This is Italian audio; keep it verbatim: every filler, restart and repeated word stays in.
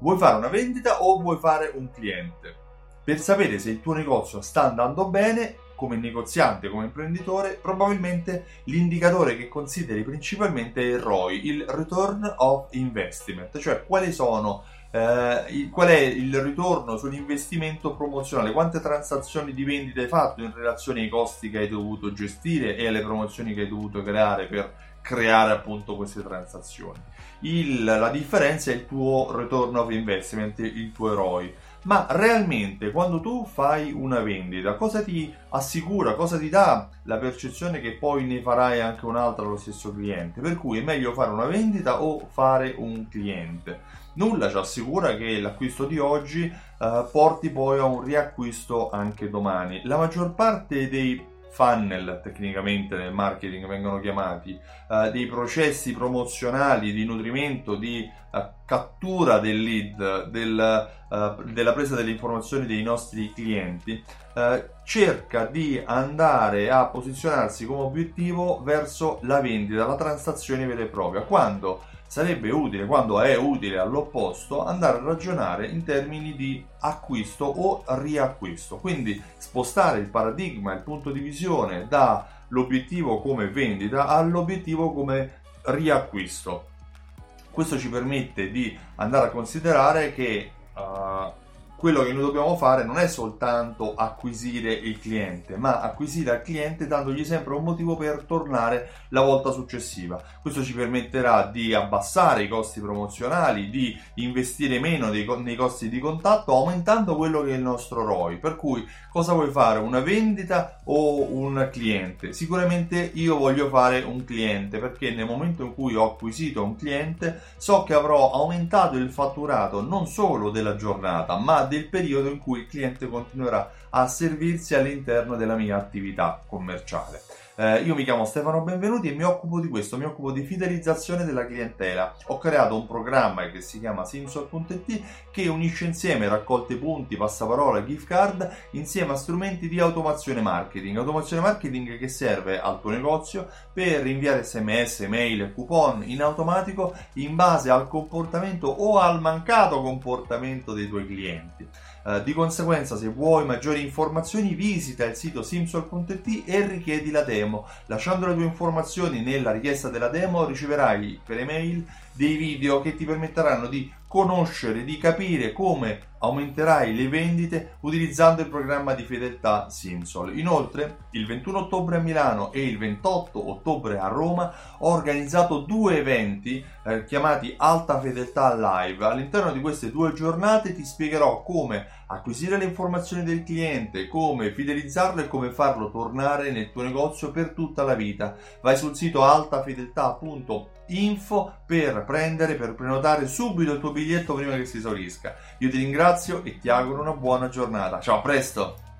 Vuoi fare una vendita o vuoi fare un cliente? Per sapere se il tuo negozio sta andando bene, come negoziante, come imprenditore, probabilmente l'indicatore che consideri principalmente è il R O I, il Return of Investment, cioè quali sono, eh, il, qual è il ritorno sull'investimento promozionale, quante transazioni di vendita hai fatto in relazione ai costi che hai dovuto gestire e alle promozioni che hai dovuto creare per creare appunto queste transazioni. Il, la differenza è il tuo Return of Investment, il tuo R O I. Ma realmente quando tu fai una vendita, cosa ti assicura, cosa ti dà la percezione che poi ne farai anche un'altra allo stesso cliente? Per cui è meglio fare una vendita o fare un cliente? Nulla ci assicura che l'acquisto di oggi eh, porti poi a un riacquisto anche domani. La maggior parte dei funnel, tecnicamente nel marketing vengono chiamati, eh, dei processi promozionali di nutrimento, di eh, cattura del lead, del, eh, della presa delle informazioni dei nostri clienti, eh, cerca di andare a posizionarsi come obiettivo verso la vendita, la transazione vera e propria, quando sarebbe utile, quando è utile all'opposto, andare a ragionare in termini di acquisto o riacquisto. Quindi spostare il paradigma, il punto di visione dall'obiettivo come vendita all'obiettivo come riacquisto. Questo ci permette di andare a considerare che uh, quello che noi dobbiamo fare non è soltanto acquisire il cliente, ma acquisire al cliente dandogli sempre un motivo per tornare la volta successiva. Questo ci permetterà di abbassare i costi promozionali, di investire meno nei, nei costi di contatto, aumentando quello che è il nostro R O I. Per cui cosa vuoi fare? Una vendita o un cliente? Sicuramente io voglio fare un cliente, perché nel momento in cui ho acquisito un cliente so che avrò aumentato il fatturato non solo della giornata, ma del periodo in cui il cliente continuerà a servirsi all'interno della mia attività commerciale. Eh, io mi chiamo Stefano Benvenuti e mi occupo di questo, mi occupo di fidelizzazione della clientela. Ho creato un programma che si chiama Simsol punto it che unisce insieme raccolte punti, passaparola e gift card insieme a strumenti di automazione marketing. Automazione marketing che serve al tuo negozio per inviare sms, mail e coupon in automatico in base al comportamento o al mancato comportamento dei tuoi clienti. Uh, di conseguenza, se vuoi maggiori informazioni, visita il sito Simsol punto it e richiedi la demo. Lasciando le tue informazioni nella richiesta della demo riceverai per email dei video che ti permetteranno di conoscere, di capire come aumenterai le vendite utilizzando il programma di fedeltà Simsol. Inoltre, il ventuno ottobre a Milano e il ventotto ottobre a Roma ho organizzato due eventi eh, chiamati Alta Fedeltà Live. All'interno di queste due giornate ti spiegherò come acquisire le informazioni del cliente, come fidelizzarlo e come farlo tornare nel tuo negozio per tutta la vita. Vai sul sito altafedeltà punto info per prendere, per prenotare subito il tuo biglietto prima che si esaurisca. Io ti ringrazio e ti auguro una buona giornata. Ciao, a presto!